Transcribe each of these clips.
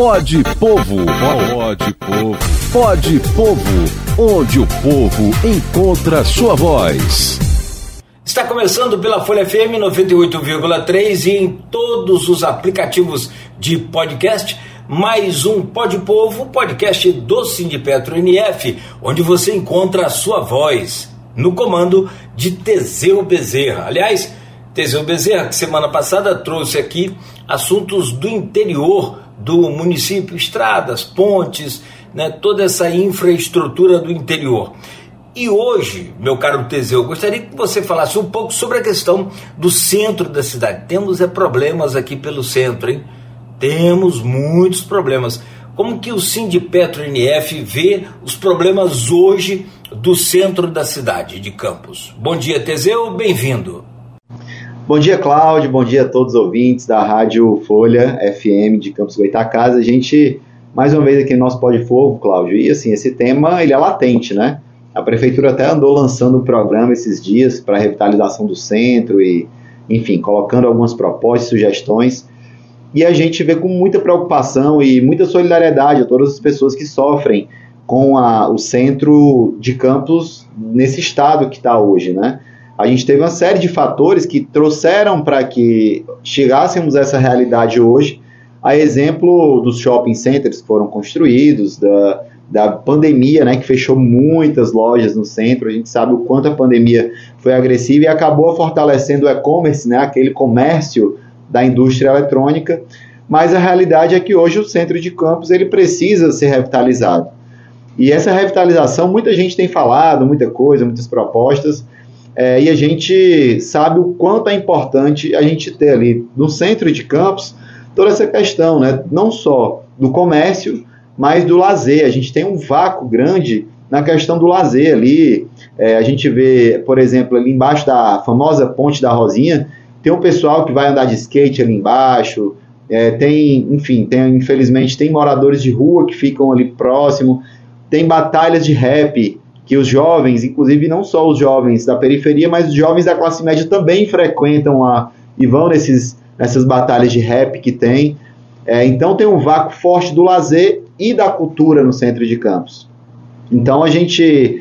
Pode Povo, pode Povo, pode Povo, onde o povo encontra sua voz. Está começando pela Folha FM 98,3 e em todos os aplicativos de podcast, mais um Pode Povo, podcast do Sindipetro NF, onde você encontra a sua voz, no comando de Teseu Bezerra. Aliás, Teseu Bezerra, que semana passada trouxe aqui assuntos do interior do município, estradas, pontes, né, toda essa infraestrutura do interior. E hoje, meu caro Teseu, gostaria que você falasse um pouco sobre a questão do centro da cidade. Temos problemas aqui pelo centro, hein? Temos muitos problemas. Como que o Sindipetro NF vê os problemas hoje do centro da cidade de Campos? Bom dia, Teseu, bem-vindo. Bom dia, Cláudio, bom dia a todos os ouvintes da Rádio Folha FM de Campos Goytacazes. A gente, mais uma vez aqui no nosso Pode Povo, Cláudio, e assim, esse tema ele é latente, né? A Prefeitura até andou lançando um programa esses dias para a revitalização do centro e, enfim, colocando algumas propostas, sugestões. E a gente vê com muita preocupação e muita solidariedade a todas as pessoas que sofrem com o centro de Campos nesse estado que está hoje, né? A gente teve uma série de fatores que trouxeram para que chegássemos a essa realidade hoje, a exemplo dos shopping centers que foram construídos, da pandemia, né, que fechou muitas lojas no centro. A gente sabe o quanto a pandemia foi agressiva e acabou fortalecendo o e-commerce, né, aquele comércio da indústria eletrônica, mas a realidade é que hoje o centro de Campos ele precisa ser revitalizado. E essa revitalização, muita gente tem falado, muita coisa, muitas propostas, e a gente sabe o quanto é importante a gente ter ali no centro de Campos toda essa questão, né, não só do comércio, mas do lazer. A gente tem um vácuo grande na questão do lazer ali. A gente vê, por exemplo, ali embaixo da famosa Ponte da Rosinha, tem um pessoal que vai andar de skate ali embaixo, infelizmente tem moradores de rua que ficam ali próximo, tem batalhas de rap que os jovens, inclusive não só os jovens da periferia, mas os jovens da classe média também frequentam lá e vão nessas batalhas de rap que tem. Então tem um vácuo forte do lazer e da cultura no centro de Campos. Então a gente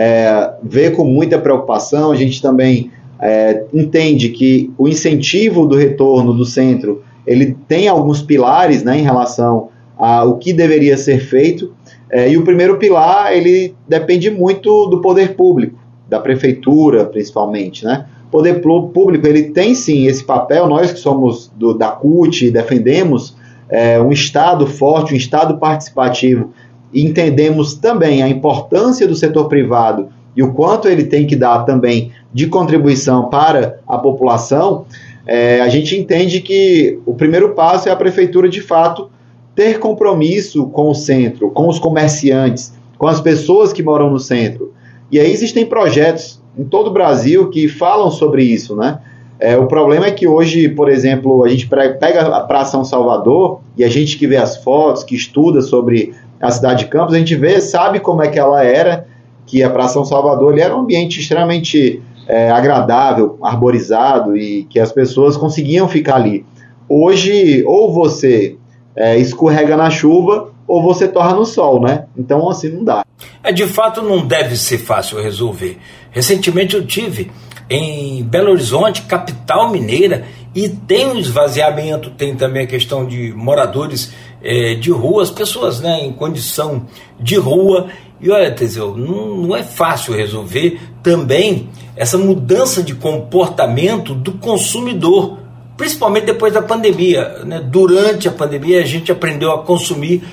vê com muita preocupação, a gente também entende que o incentivo do retorno do centro, ele tem alguns pilares, né, em relação ao que deveria ser feito, e o primeiro pilar, ele depende muito do poder público, da prefeitura principalmente, né? O poder público, ele tem sim esse papel, nós que somos da CUT, defendemos um Estado forte, um Estado participativo, e entendemos também a importância do setor privado e o quanto ele tem que dar também de contribuição para a população. A gente entende que o primeiro passo é a prefeitura, de fato, ter compromisso com o centro, com os comerciantes, com as pessoas que moram no centro. E aí existem projetos em todo o Brasil que falam sobre isso, né? O problema é que hoje, por exemplo, a gente pega a Praça São Salvador e a gente que vê as fotos, que estuda sobre a cidade de Campos, a gente sabe como é que ela era, que a Praça São Salvador ali era um ambiente extremamente agradável, arborizado e que as pessoas conseguiam ficar ali. Hoje, ou você escorrega na chuva ou você torra no sol, né? Então, assim, não dá. De fato, não deve ser fácil resolver. Recentemente eu tive em Belo Horizonte, capital mineira, e tem um esvaziamento, tem também a questão de moradores de rua, as pessoas, né, em condição de rua. E olha, Teseu, não é fácil resolver também essa mudança de comportamento do consumidor, principalmente depois da pandemia, né? Durante a pandemia a gente aprendeu a consumir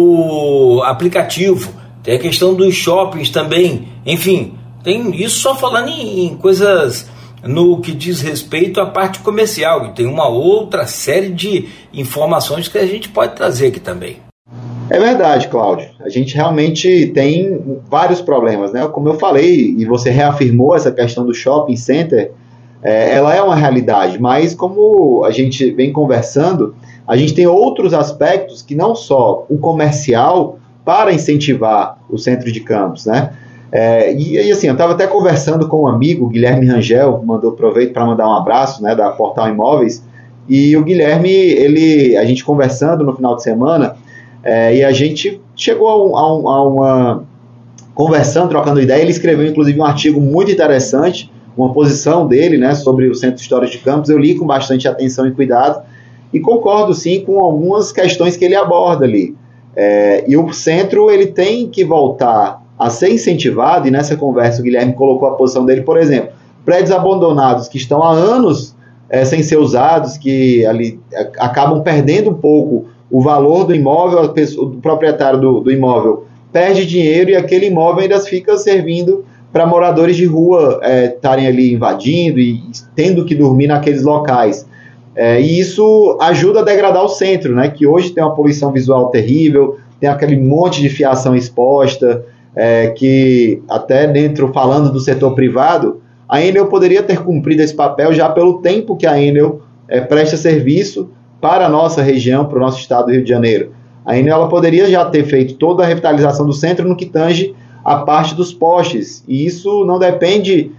por aplicativo, tem a questão dos shoppings também, enfim, tem isso só falando em coisas no que diz respeito à parte comercial, e tem uma outra série de informações que a gente pode trazer aqui também. É verdade, Cláudio. A gente realmente tem vários problemas, né? Como eu falei, e você reafirmou essa questão do shopping center, ela é uma realidade, mas como a gente vem conversando, a gente tem outros aspectos que não só o comercial para incentivar o centro de Campos, né? E assim, eu estava até conversando com um amigo, Guilherme Rangel, aproveito para mandar um abraço, né, da Portal Imóveis, e o Guilherme, a gente conversando no final de semana, E a gente chegou a uma conversando, trocando ideia. Ele escreveu inclusive um artigo muito interessante, uma posição dele, né, sobre o Centro Histórico de Campos. Eu li com bastante atenção e cuidado e concordo sim com algumas questões que ele aborda ali. E o centro ele tem que voltar a ser incentivado, e nessa conversa o Guilherme colocou a posição dele, por exemplo, prédios abandonados que estão há anos sem ser usados, que ali acabam perdendo um pouco o valor do imóvel, o proprietário do imóvel perde dinheiro e aquele imóvel ainda fica servindo para moradores de rua estarem ali invadindo e tendo que dormir naqueles locais. E isso ajuda a degradar o centro, né, que hoje tem uma poluição visual terrível, tem aquele monte de fiação exposta, que até dentro, falando do setor privado, a Enel poderia ter cumprido esse papel já pelo tempo que a Enel presta serviço para a nossa região, para o nosso estado do Rio de Janeiro. A Enel ela poderia já ter feito toda a revitalização do centro no que tange a parte dos postes, e isso não depende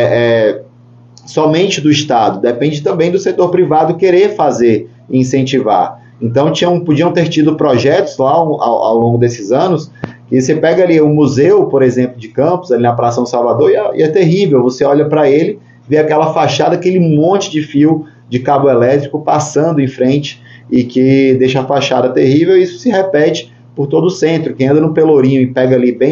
somente do Estado, depende também do setor privado querer fazer e incentivar. Então podiam ter tido projetos lá ao longo desses anos, que você pega ali o museu, por exemplo, de Campos, ali na Praça São Salvador, e é terrível, você olha para ele, vê aquela fachada, aquele monte de fio de cabo elétrico passando em frente, e que deixa a fachada terrível, e isso se repete por todo o centro. Quem anda no Pelourinho e pega ali bem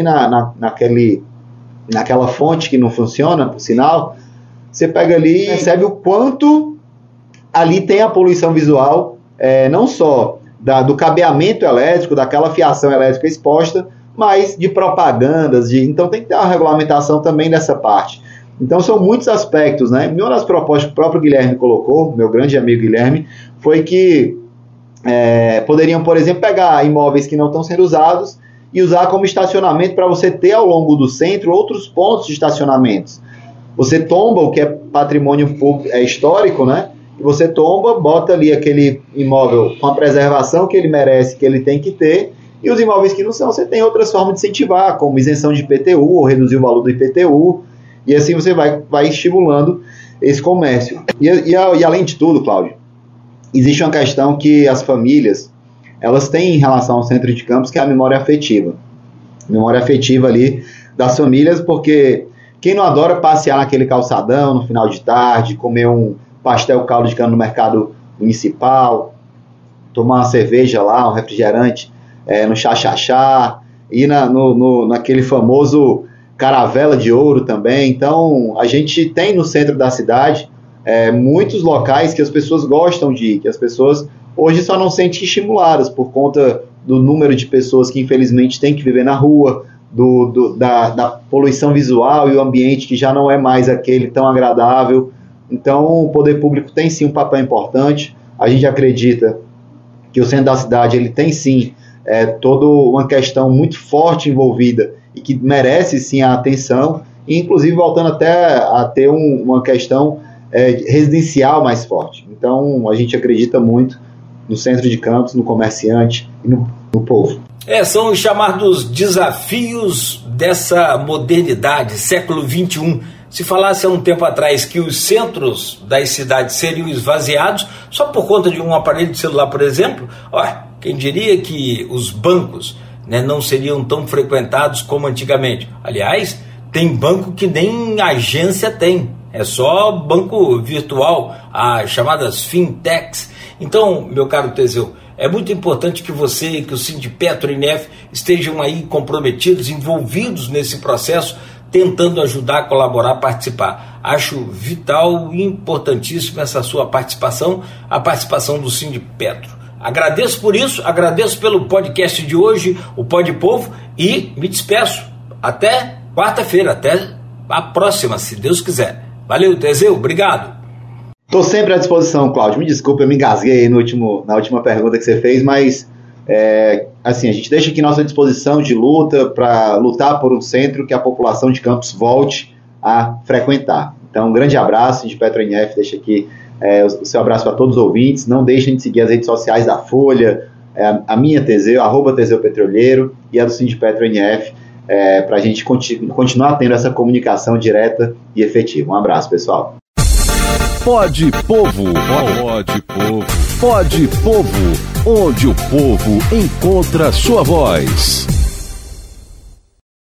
naquela fonte que não funciona, por sinal, você pega ali e percebe o quanto ali tem a poluição visual, não só do cabeamento elétrico, daquela fiação elétrica exposta, mas de propagandas, então tem que ter uma regulamentação também dessa parte. Então são muitos aspectos, né? Uma das propostas que o próprio Guilherme colocou, meu grande amigo Guilherme, foi que poderiam, por exemplo, pegar imóveis que não estão sendo usados e usar como estacionamento para você ter ao longo do centro outros pontos de estacionamentos. Você tomba o que é patrimônio público, histórico, né? E você tomba, bota ali aquele imóvel com a preservação que ele merece, que ele tem que ter, e os imóveis que não são, você tem outras formas de incentivar, como isenção de IPTU, ou reduzir o valor do IPTU, e assim você vai estimulando esse comércio. E além de tudo, Cláudio, existe uma questão que as famílias, elas têm em relação ao Centro de Campos, que é a memória afetiva. Memória afetiva ali das famílias, porque quem não adora passear naquele calçadão no final de tarde, comer um pastel caldo de cana no mercado municipal, tomar uma cerveja lá, um refrigerante no chá-chá-chá, ir naquele famoso Caravela de Ouro também. Então, a gente tem no centro da cidade muitos locais que as pessoas gostam de ir, que as pessoas hoje só não sentem estimuladas por conta do número de pessoas que infelizmente têm que viver na rua, da poluição visual e o ambiente que já não é mais aquele tão agradável. Então o poder público tem sim um papel importante. A gente acredita que o centro da cidade ele tem sim toda uma questão muito forte envolvida e que merece sim a atenção, e inclusive voltando até a ter uma questão residencial mais forte. Então a gente acredita muito no centro de Campos, no comerciante e no povo. São os chamados desafios dessa modernidade, século XXI. Se falasse há um tempo atrás que os centros das cidades seriam esvaziados só por conta de um aparelho de celular, por exemplo, quem diria que os bancos, né, não seriam tão frequentados como antigamente. Aliás, tem banco que nem agência tem, é só banco virtual, as chamadas fintechs. Então, meu caro Teseu, é muito importante que você e que o Sindipetro e INEF estejam aí comprometidos, envolvidos nesse processo, tentando ajudar, colaborar, participar. Acho vital e importantíssima essa sua participação, a participação do Sindipetro. Agradeço por isso, agradeço pelo podcast de hoje, o Pod Povo, e me despeço. Até quarta-feira, até a próxima, se Deus quiser. Valeu, Teseu, obrigado. Estou sempre à disposição, Cláudio. Me desculpa, eu me engasguei na última pergunta que você fez, mas assim, a gente deixa aqui nossa disposição de luta para lutar por um centro que a população de Campos volte a frequentar. Então, um grande abraço, Sindipetro INEF, deixa aqui o seu abraço para todos os ouvintes. Não deixem de seguir as redes sociais da Folha, a minha Teseu, @Teseu Petroleiro, e a do Sindipetro INEF, para a gente continuar tendo essa comunicação direta e efetiva. Um abraço, pessoal. Pod Povo. Pode Povo, onde o povo encontra sua voz.